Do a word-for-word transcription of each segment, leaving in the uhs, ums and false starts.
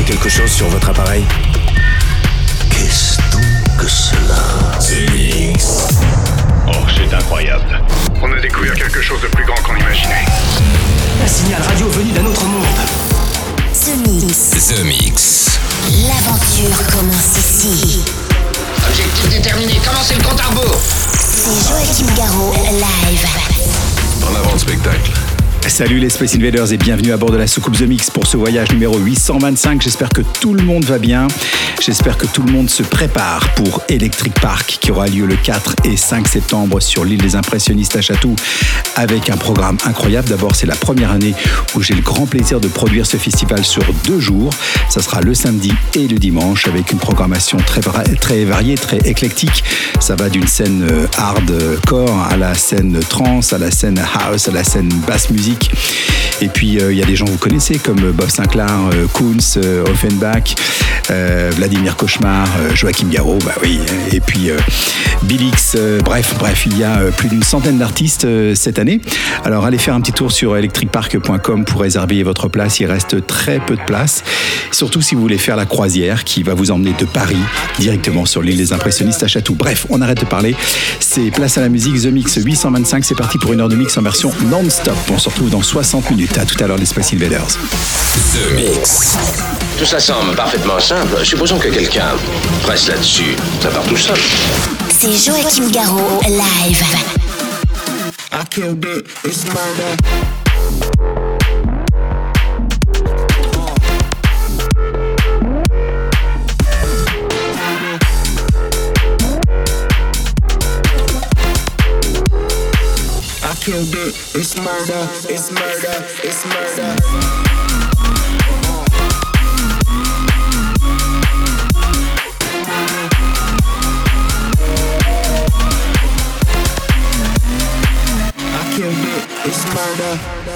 ressentez quelque chose sur votre appareil? Qu'est-ce donc que cela? The Mix. Oh, c'est incroyable. On a découvert quelque chose de plus grand qu'on imaginait. Un signal radio venu d'un autre monde. The Mix. The Mix. L'aventure commence ici. Objectif déterminé, commencez le compte à rebours. C'est Joachim Garraud, live. En avant le spectacle. Salut les Space Invaders et bienvenue à bord de la soucoupe The Mix pour ce voyage numéro huit cent vingt-cinq. J'espère que tout le monde va bien. J'espère que tout le monde se prépare pour Electric Park qui aura lieu le quatre et cinq septembre sur l'île des Impressionnistes à Chatou avec un programme incroyable. D'abord, c'est la première année où j'ai le grand plaisir de produire ce festival sur deux jours. Ça sera le samedi et le dimanche avec une programmation très, très variée, très éclectique. Ça va d'une scène hardcore à la scène trance, à la scène house, à la scène basse musique. Et puis il euh, y a des gens que vous connaissez comme Bob Sinclair, euh, Kunz, euh, Offenbach, euh, Vladimir Cauchemar, euh, Joachim Garraud, bah oui, et puis euh, Bill X, euh, bref, bref, il y a euh, plus d'une centaine d'artistes euh, cette année. Alors allez faire un petit tour sur electric park point com pour réserver votre place, il reste très peu de place. Surtout si vous voulez faire la croisière qui va vous emmener de Paris directement sur l'île des Impressionnistes à Chatou. Bref, on arrête de parler, c'est place à la musique, The Mix huit cent vingt-cinq, c'est parti pour une heure de mix en version non-stop. On se retrouve dans soixante minutes. À tout à l'heure les Space Invaders. The Mix. Tout ça semble parfaitement simple. Supposons que quelqu'un presse là-dessus. Ça part tout seul. C'est Joachim Garraud, live. I killed it, it's murder. Killed it, it's murder, it's murder, it's murder. I killed it, it's murder.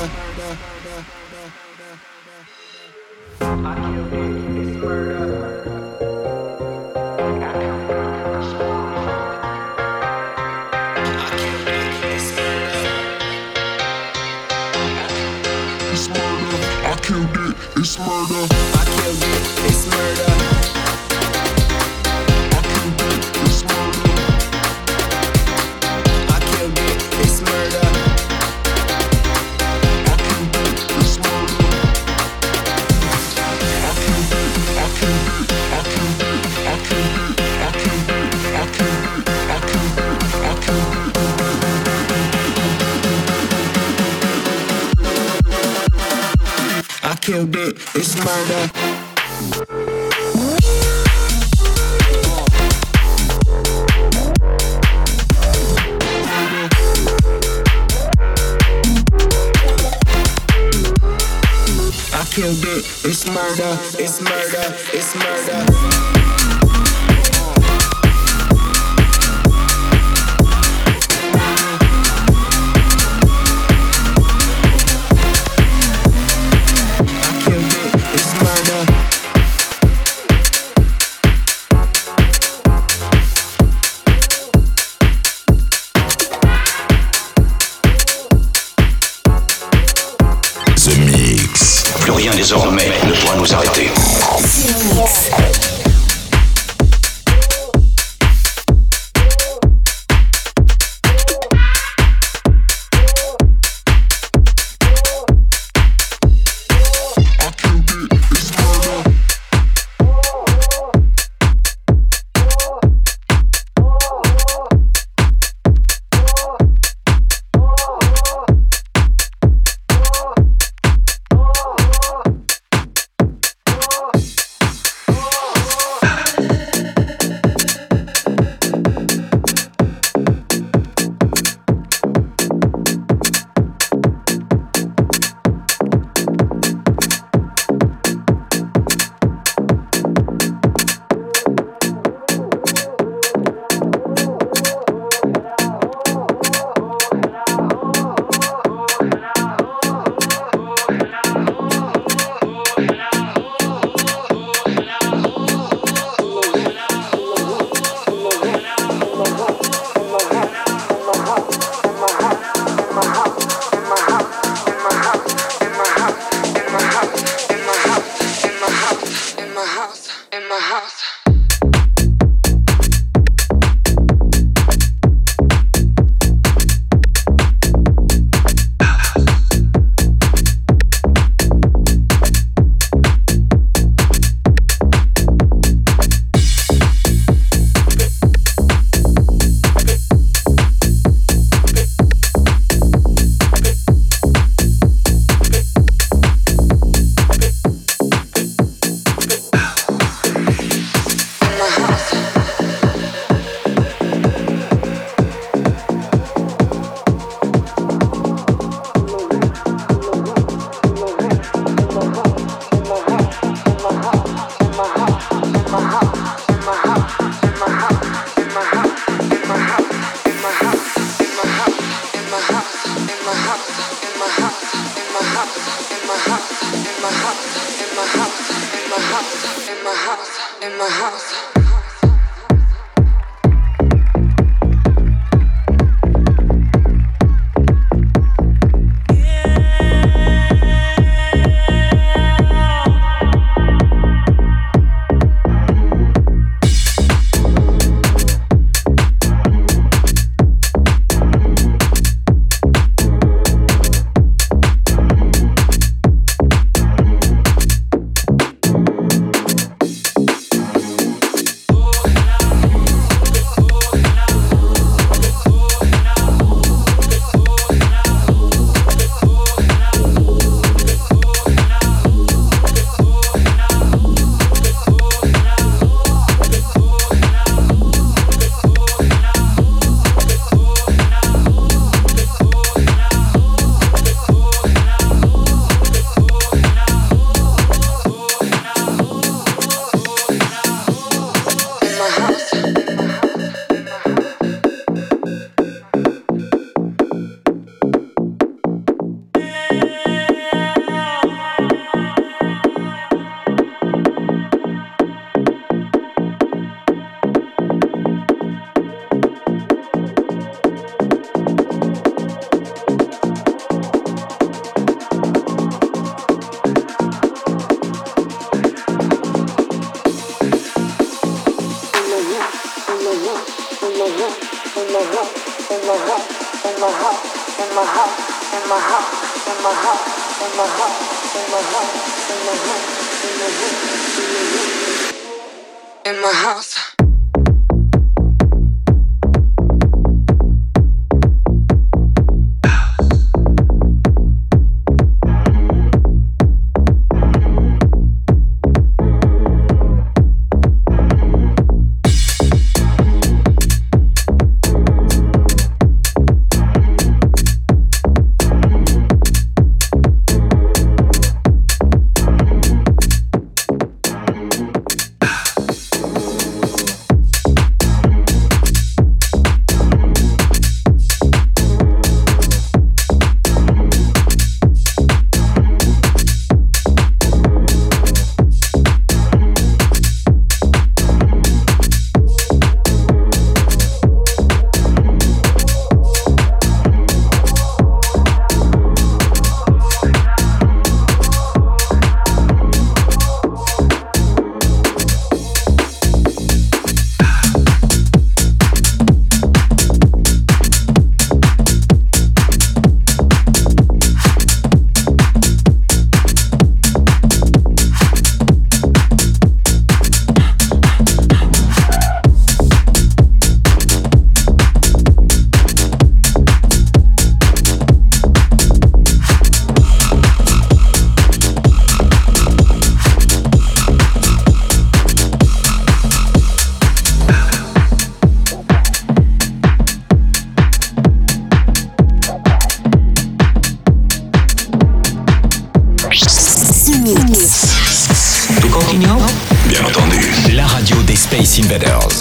I killed it, it's murder. I killed it, it's murder. I killed it, it's murder. I killed it, it's murder. I killed it, it's murder. I killed it, it's murder. I killed it, I killed it, I killed it, I killed it, I killed it, I killed it, I killed it, I killed it. I killed it, it's murder. I killed it, it's murder, it's murder, it's murder. Plus rien désormais ne pourra nous arrêter. In my house. Nous continuons? Bien entendu. La radio des Space Invaders.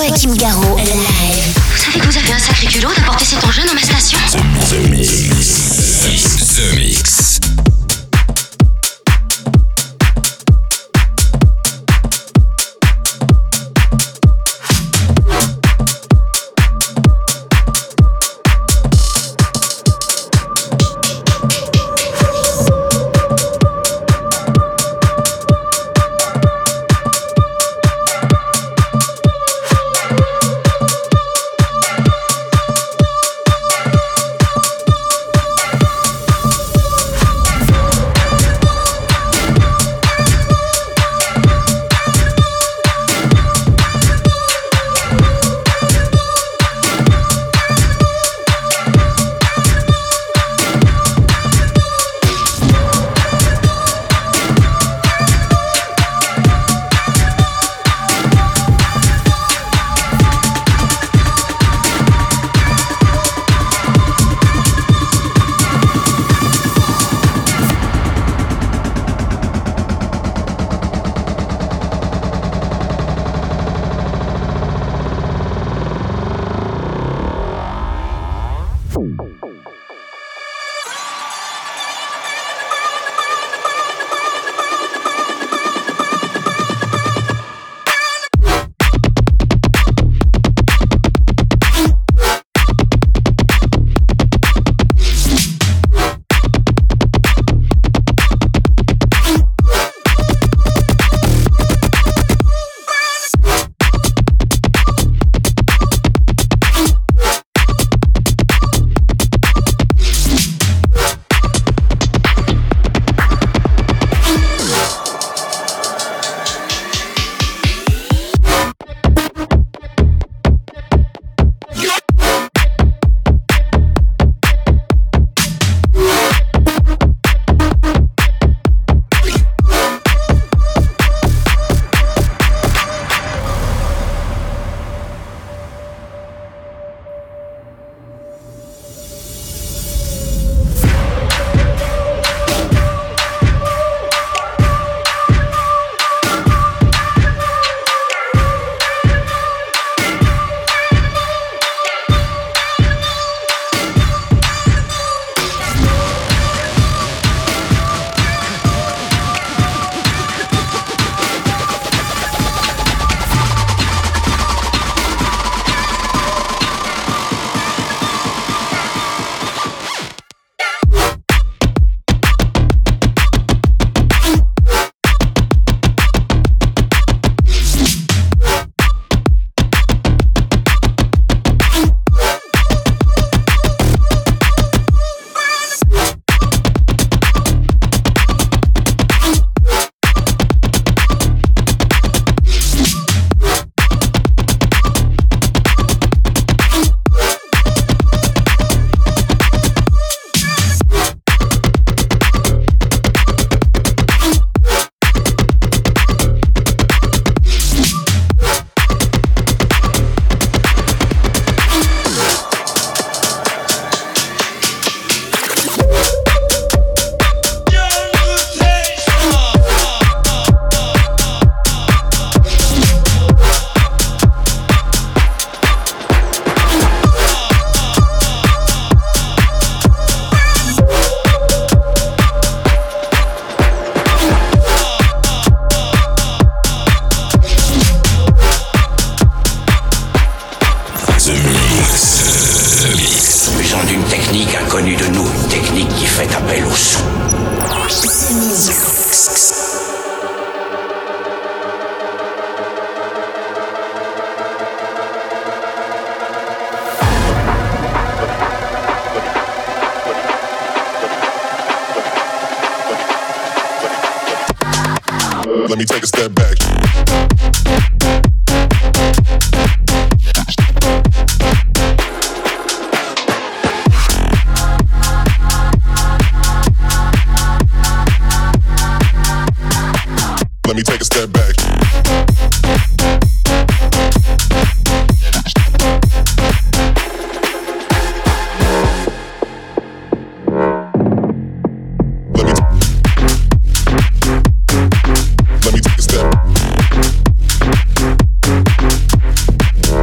Joachim Garraud, live. Vous savez que vous avez un sacré culot d'apporter cet engin dans ma station? The Mix. The Mix. Let me take a step back. Let me take a step back. Let me take a step.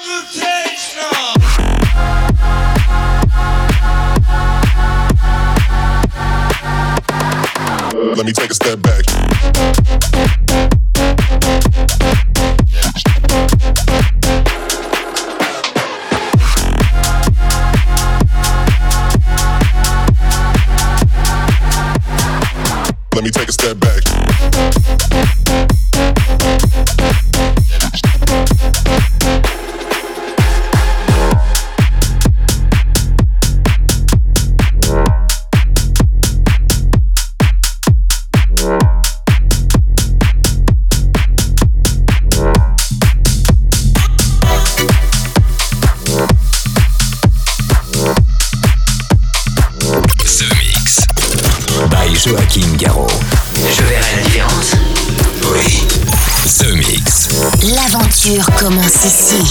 Let me take a step back. Let me take a step back. Joachim Garraud. Je verrai la différence. Oui. The Mix. L'aventure commence ici.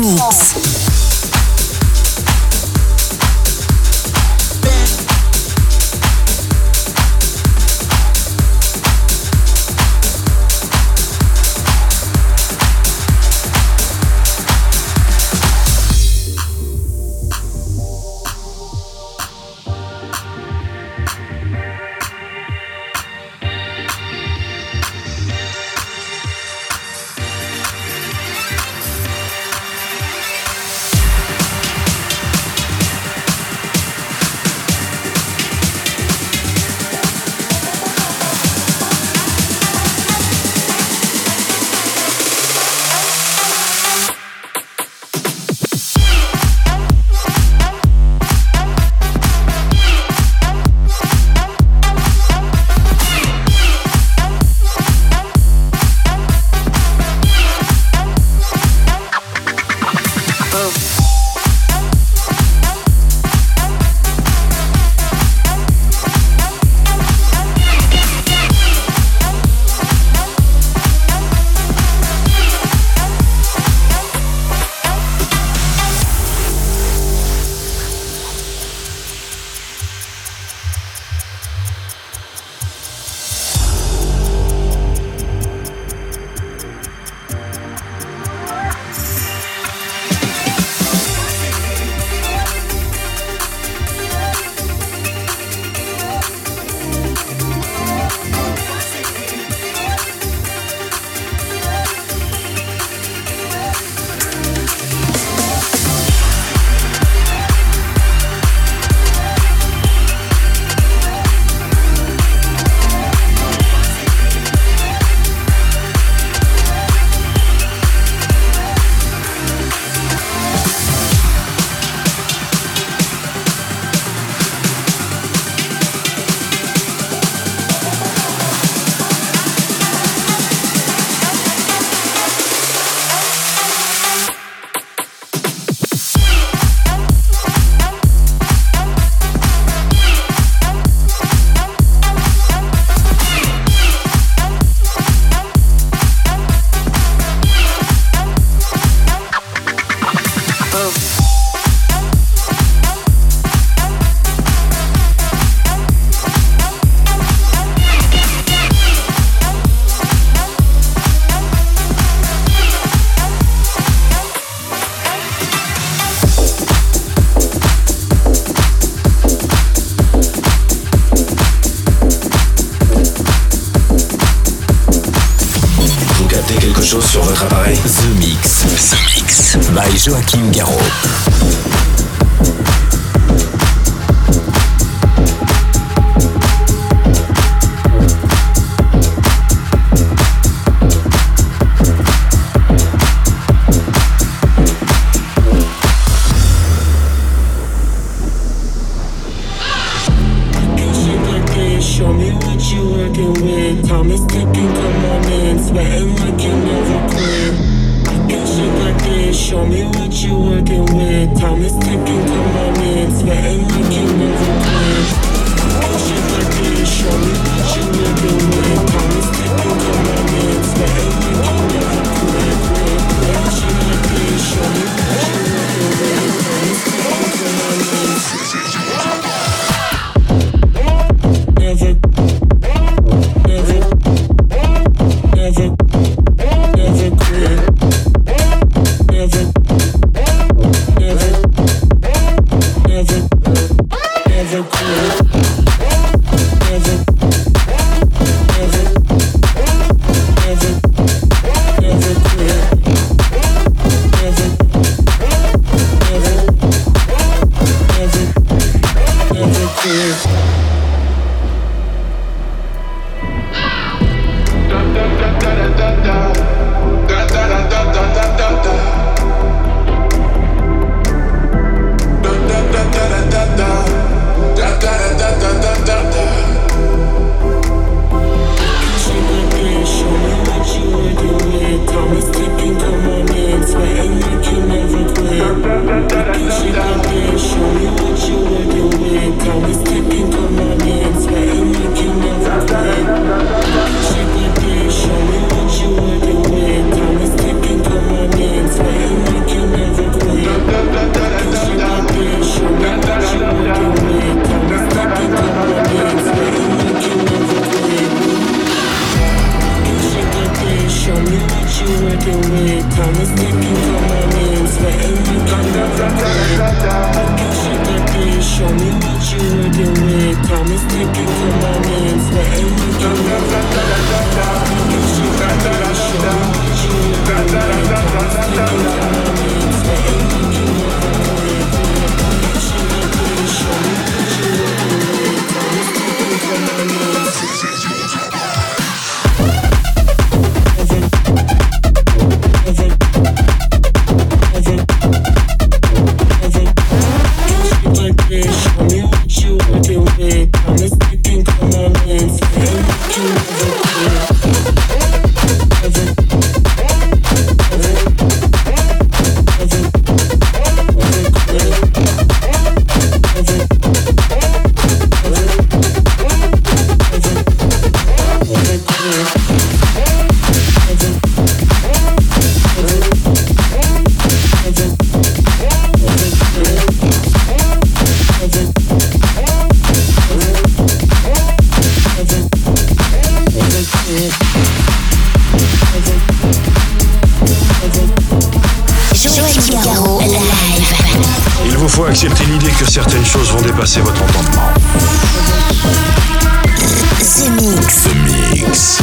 Mix. Sur votre appareil. The Mix. The Mix. By Joachim Garraud. Never Time is ticking, come on in, sweating like thunder. Looking shit like this, show me what you working with. Time is ticking, come on in, sweating like thunder. Looking shit like this, show me what you working with. Time is ticking, come on in, sweating like thunder. Looking shit like this, show me what you working with. Time is ticking, come on in. Acceptez l'idée que certaines choses vont dépasser votre entendement. The Mix. The Mix.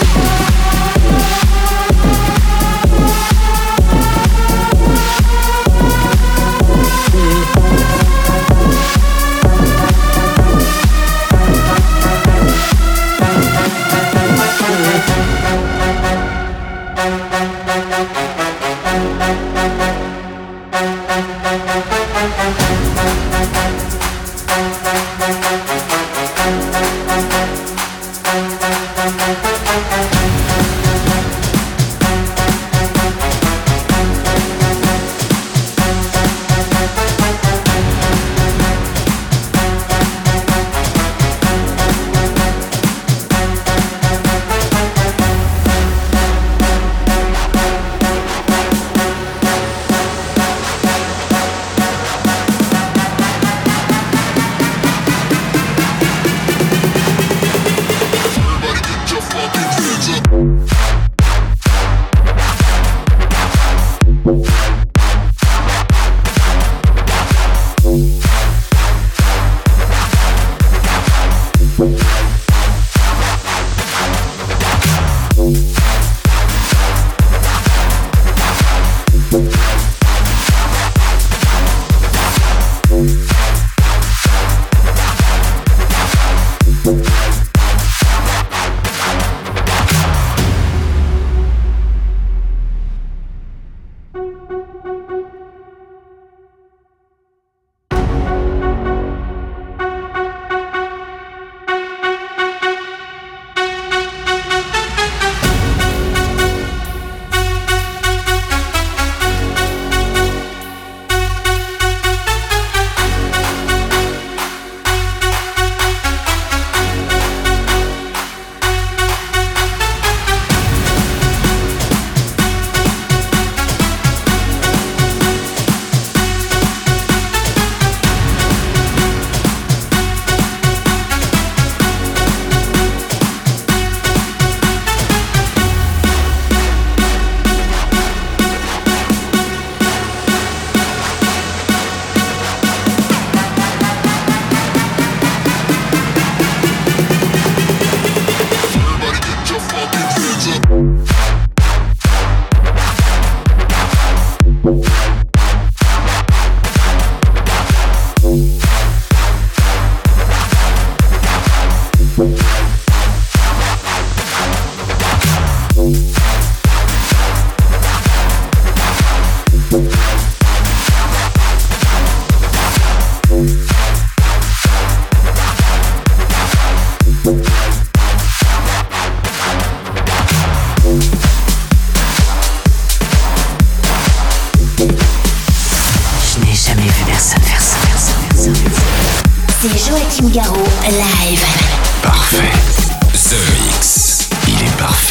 C'est Joachim Garraud, live. Parfait. The Mix. Il est parfait.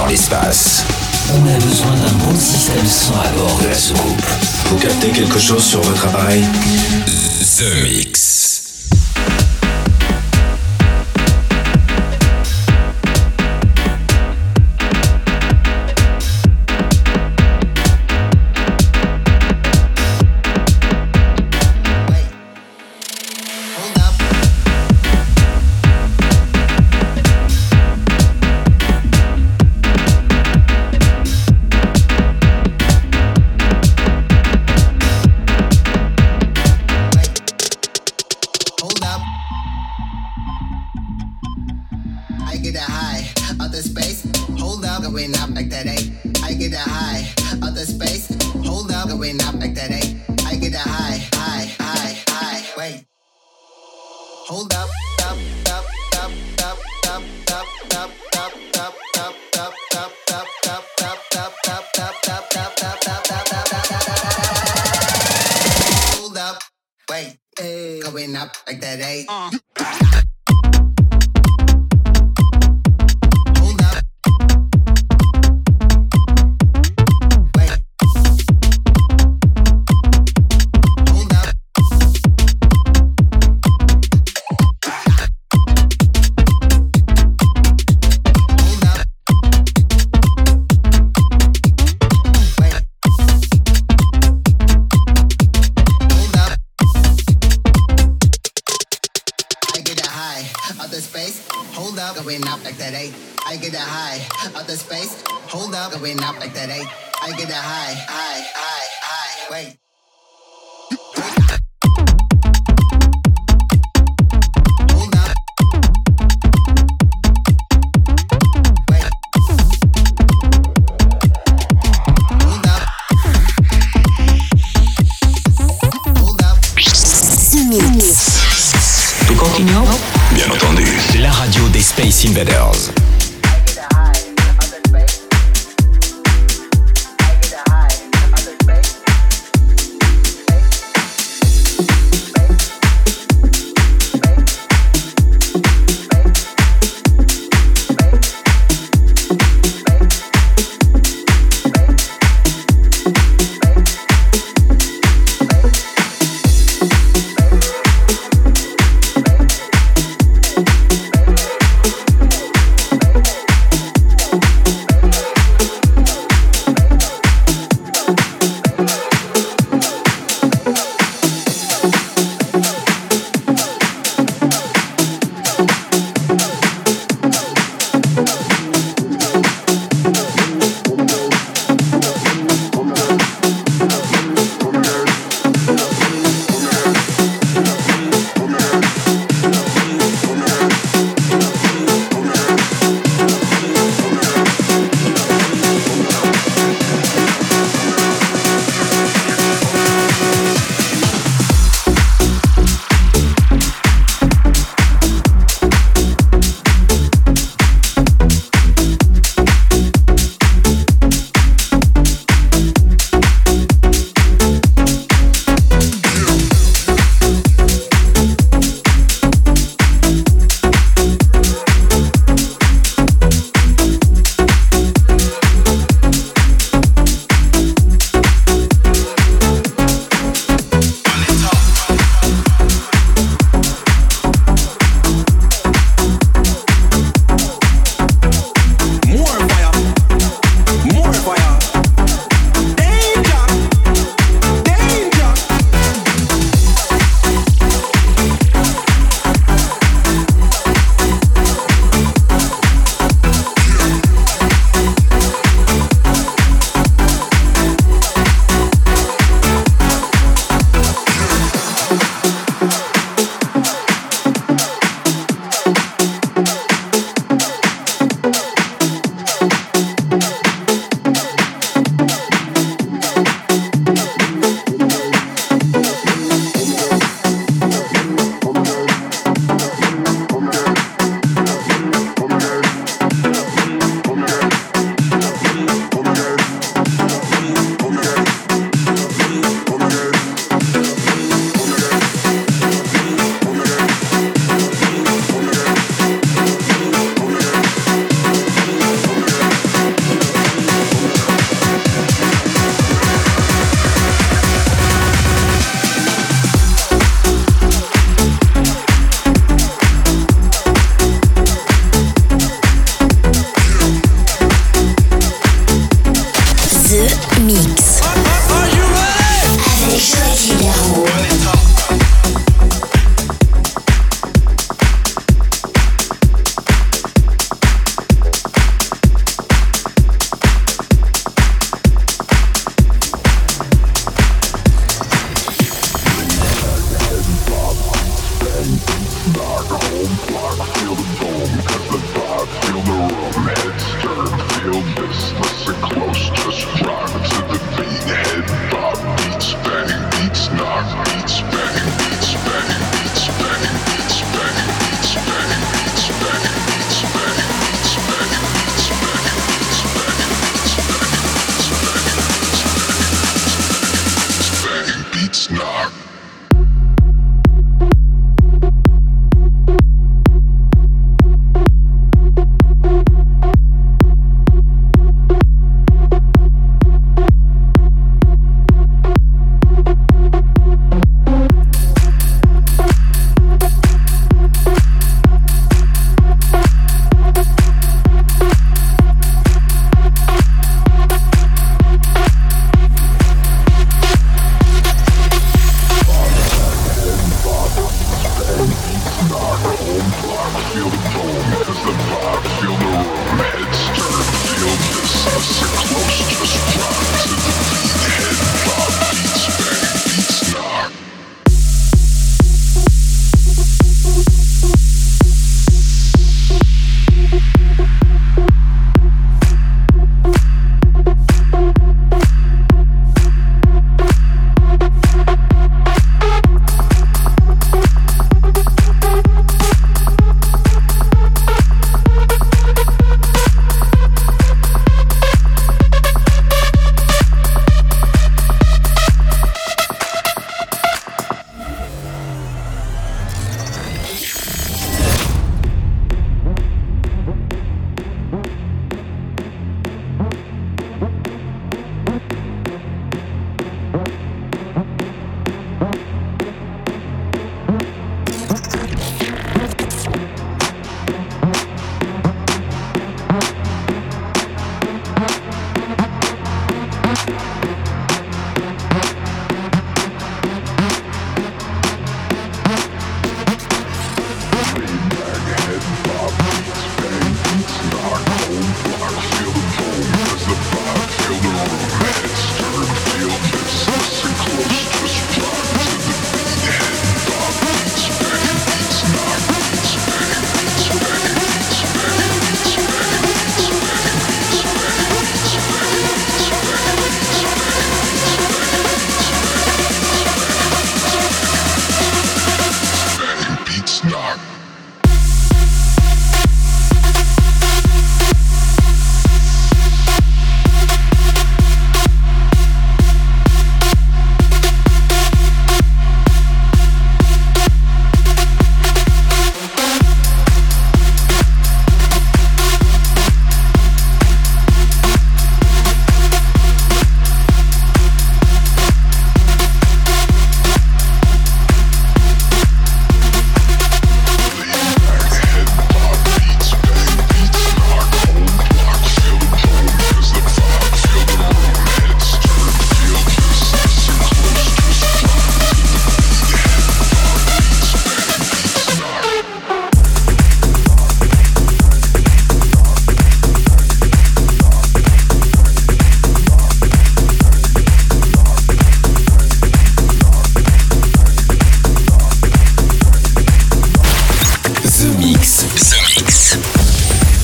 dans l'espace. On a besoin d'un bon système son à bord de la soucoupe. Vous captez quelque chose sur votre appareil? The Mix. Bien entendu, la radio des Space Invaders.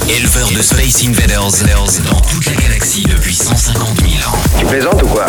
éleveur de Space Invaders dans toute la galaxie depuis cent cinquante mille ans. Tu plaisantes ou quoi?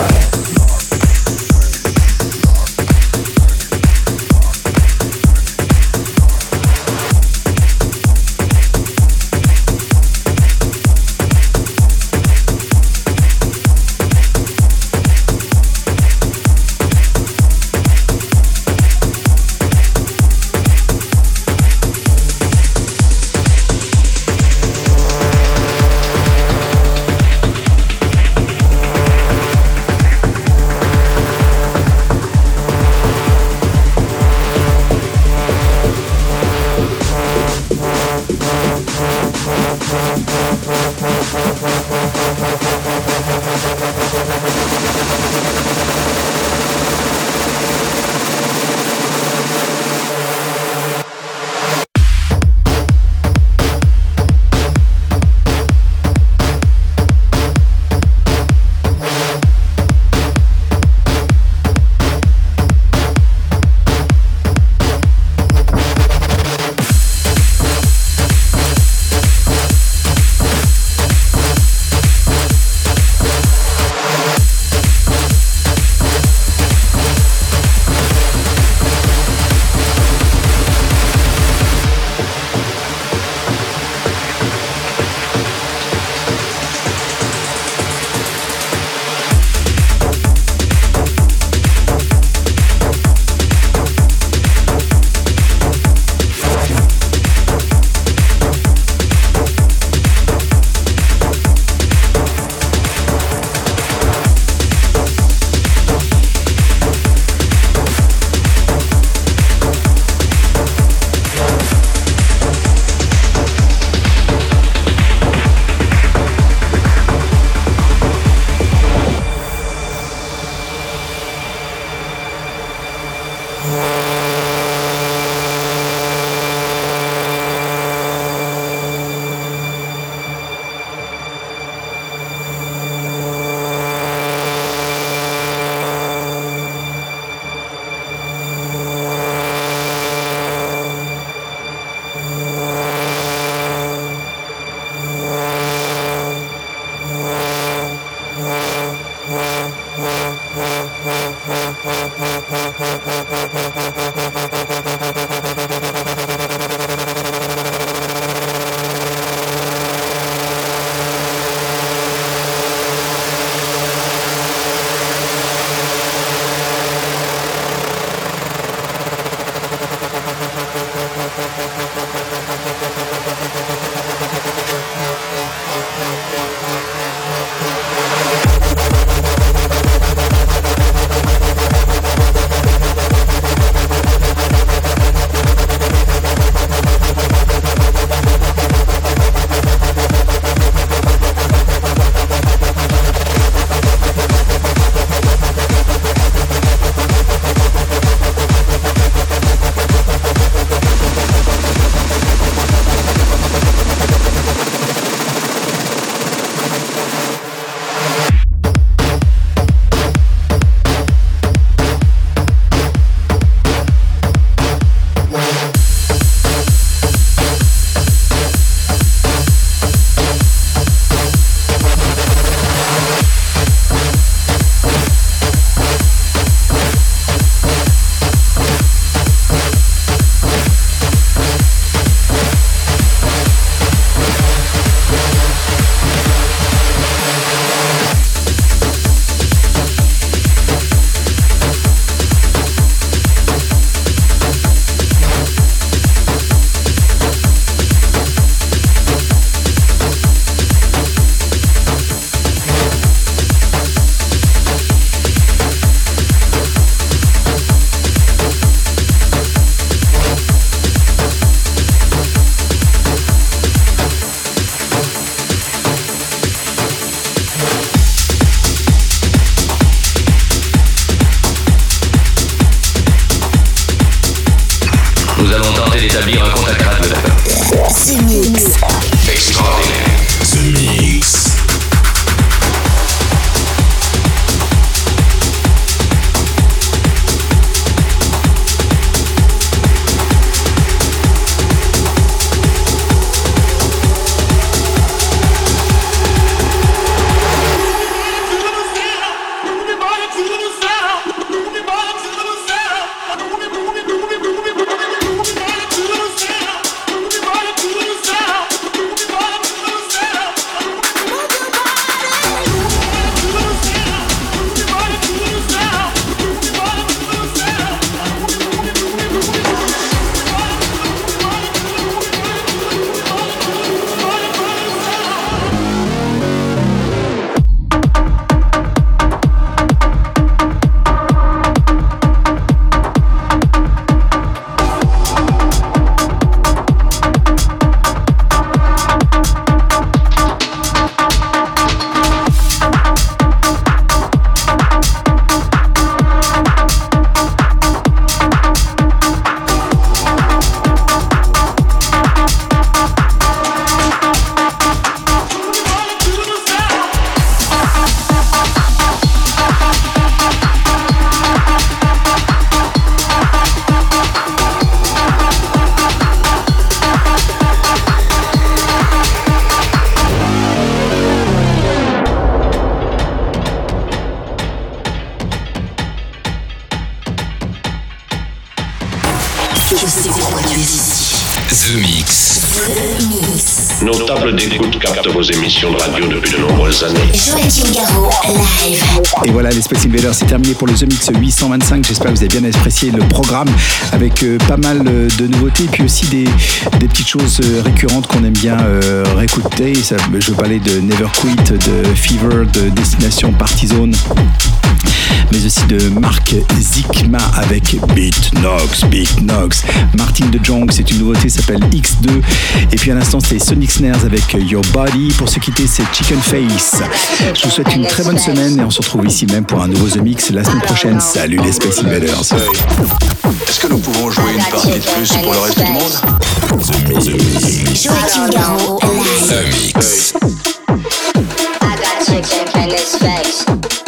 Je sais pourquoi tu es ici. The Mix. The Mix. Nos tables d'écoute captent vos émissions de radio depuis de nombreuses années. Joachim Garraud, live. Et voilà, les Space Invaders, c'est terminé pour le The Mix huit cent vingt-cinq. J'espère que vous avez bien apprécié le programme avec euh, pas mal euh, de nouveautés et puis aussi des, des petites choses euh, récurrentes qu'on aime bien euh, réécouter. Ça, je parlais de Never Quit, de Fever, de Destination Party Zone, mais aussi de Mark Zikma avec Beat Nox, Beat Nox. Martin de Jong, c'est une nouveauté, s'appelle X deux. Et puis à l'instant, c'est Sonic Snares avec Your Body. Pour se quitter, c'est Chicken Face. Je vous souhaite une très bonne semaine et on se retrouve ici même pour un nouveau The Mix la semaine prochaine. Salut les Space Invaders. Est-ce que nous pouvons jouer une partie de plus pour le reste du monde? The Mix. Joachim Garraud, live. The Mix. I got chicken in his face.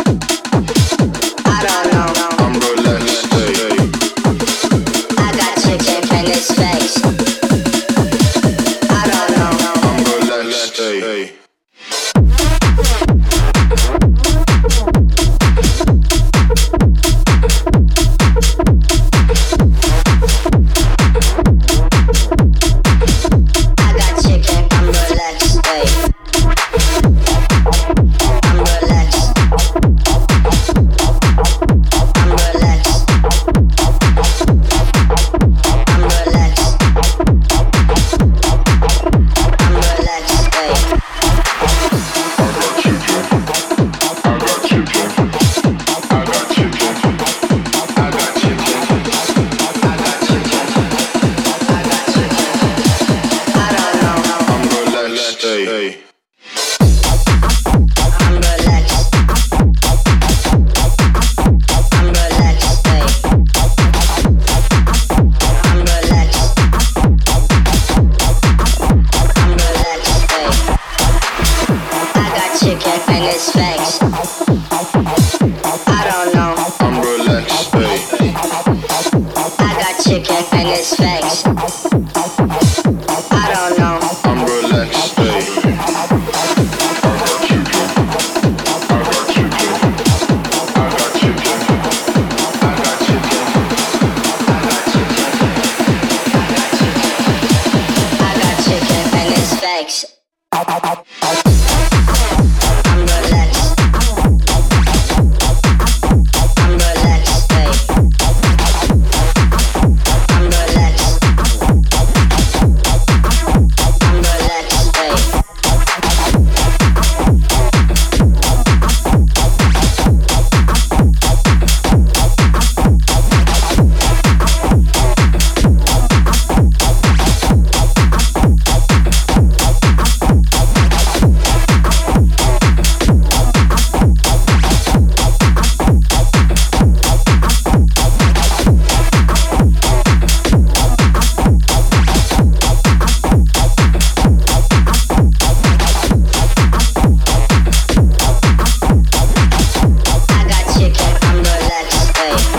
I don't know. I'm relaxed, hey. I got chicken in his face. I don't know. I'm relaxed, hey. I got chicken, I'm relaxed, hey. I'm relaxed. I'm relaxed. I'm relaxed. I'm relaxed, hey. Hey. I'm relaxed. I'm relaxed, hey. I'm relaxed. I'm relaxed, hey. I got chicken in his face. I don't know. I'm relaxed, hey. I got chicken in his face. I don't know. I'm relaxed, hey. I got chicken in his face. I'm relaxed. I'm relaxed, hey. I'm relaxed. I'm relaxed, hey. I got chicken, I'm relaxed, hey.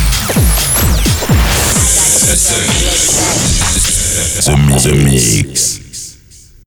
The Mix. The Mix.